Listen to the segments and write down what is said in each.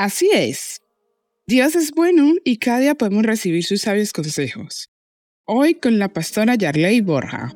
Así es. Dios es bueno y cada día podemos recibir sus sabios consejos. Hoy con la pastora Yarley Borja.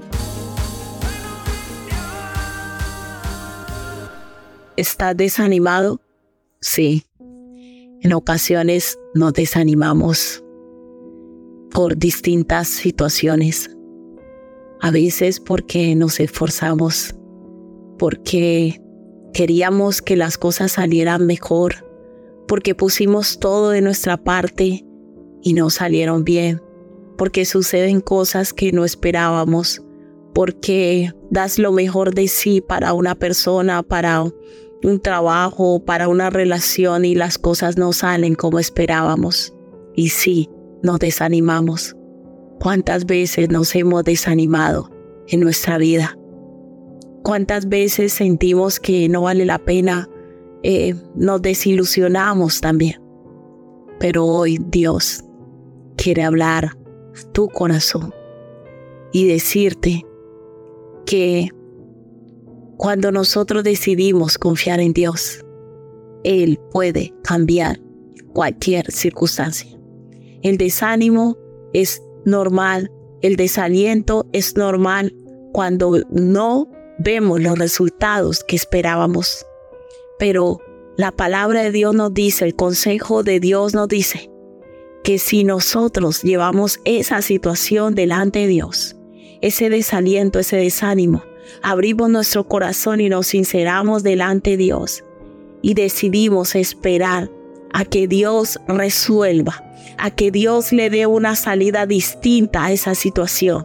¿Estás desanimado? Sí. En ocasiones nos desanimamos por distintas situaciones. A veces porque nos esforzamos, porque queríamos que las cosas salieran mejor, porque pusimos todo de nuestra parte y no salieron bien, porque suceden cosas que no esperábamos, porque das lo mejor de sí para una persona, para un trabajo, para una relación y las cosas no salen como esperábamos. Y sí, nos desanimamos. ¿Cuántas veces nos hemos desanimado en nuestra vida? ¿Cuántas veces sentimos que no vale la pena? Nos desilusionamos también. Pero hoy Dios quiere hablar a tu corazón y decirte que cuando nosotros decidimos confiar en Dios, Él puede cambiar cualquier circunstancia. El desánimo es normal, el desaliento es normal cuando no vemos los resultados que esperábamos. Pero la palabra de Dios nos dice, el consejo de Dios nos dice que si nosotros llevamos esa situación delante de Dios, ese desaliento, ese desánimo, abrimos nuestro corazón y nos sinceramos delante de Dios y decidimos esperar a que Dios resuelva, a que Dios le dé una salida distinta a esa situación,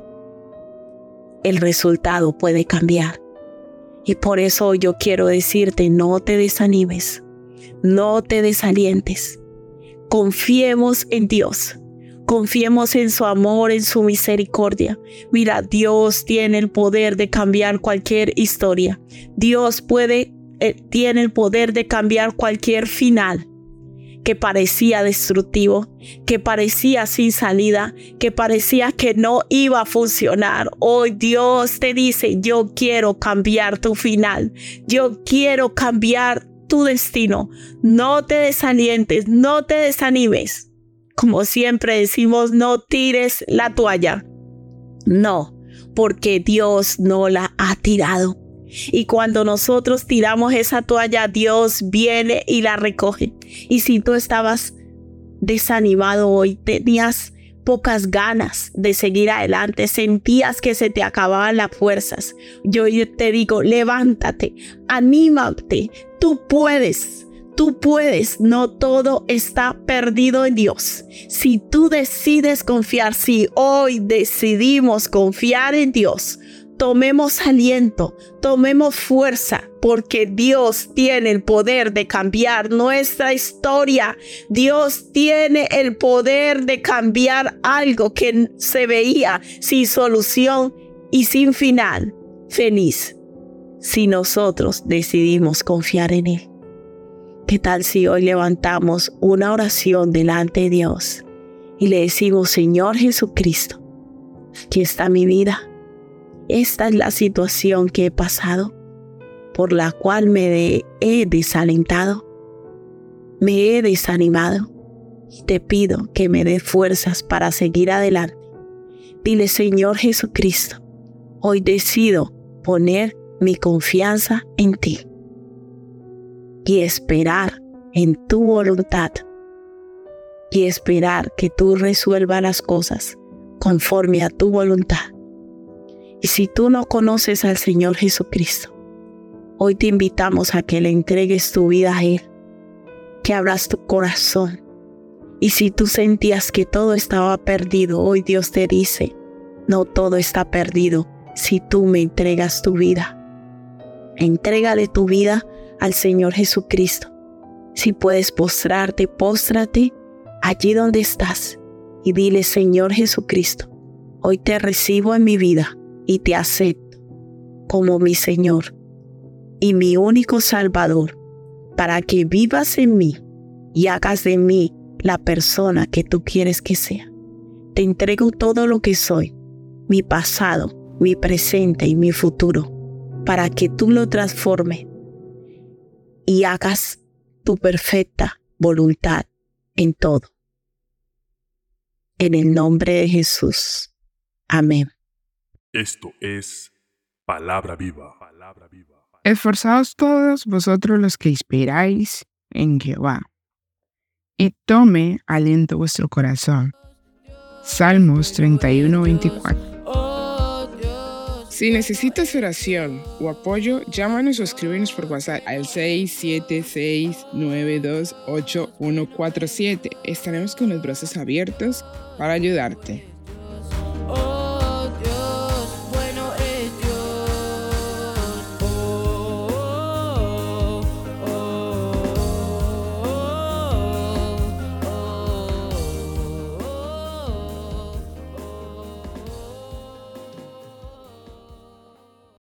el resultado puede cambiar. Y por eso yo quiero decirte, no te desanimes, no te desalientes. Confiemos en Dios. Confiemos en su amor, en su misericordia. Mira, Dios tiene el poder de cambiar cualquier historia. Dios tiene el poder de cambiar cualquier final que parecía destructivo, que parecía sin salida, que parecía que no iba a funcionar. Hoy Dios te dice, yo quiero cambiar tu final. Yo quiero cambiar tu destino. No te desalientes, no te desanimes. Como siempre decimos, no tires la toalla. No, porque Dios no la ha tirado. Y cuando nosotros tiramos esa toalla, Dios viene y la recoge. Y si tú estabas desanimado hoy, tenías pocas ganas de seguir adelante, sentías que se te acababan las fuerzas, yo te digo, levántate, anímate, tú puedes. Tú puedes, no todo está perdido en Dios. Si tú decides confiar, si hoy decidimos confiar en Dios, tomemos aliento, tomemos fuerza, porque Dios tiene el poder de cambiar nuestra historia. Dios tiene el poder de cambiar algo que se veía sin solución y sin final feliz, si nosotros decidimos confiar en Él. ¿Qué tal si hoy levantamos una oración delante de Dios y le decimos, Señor Jesucristo, aquí está mi vida. Esta es la situación que he pasado, por la cual me he desalentado, me he desanimado. Y te pido que me des fuerzas para seguir adelante. Dile, Señor Jesucristo, hoy decido poner mi confianza en ti y esperar en tu voluntad y esperar que tú resuelvas las cosas conforme a tu voluntad. Y si tú no conoces al Señor Jesucristo, hoy te invitamos a que le entregues tu vida a Él, que abras tu corazón. Y si tú sentías que todo estaba perdido, hoy Dios te dice, no todo está perdido si tú me entregas tu vida. Entrégale tu vida al Señor Jesucristo. Si puedes postrarte, póstrate allí donde estás y dile, Señor Jesucristo, hoy te recibo en mi vida y te acepto como mi Señor y mi único Salvador, para que vivas en mí y hagas de mí la persona que tú quieres que sea. Te entrego todo lo que soy, mi pasado, mi presente y mi futuro, para que tú lo transformes y hagas tu perfecta voluntad en todo. En el nombre de Jesús. Amén. Esto es Palabra Viva. Esforzaos todos vosotros los que esperáis en Jehová, y tome aliento vuestro corazón. Salmos 31:24. Si necesitas oración o apoyo, llámanos o escríbenos por WhatsApp al 676928147. Estaremos con los brazos abiertos para ayudarte.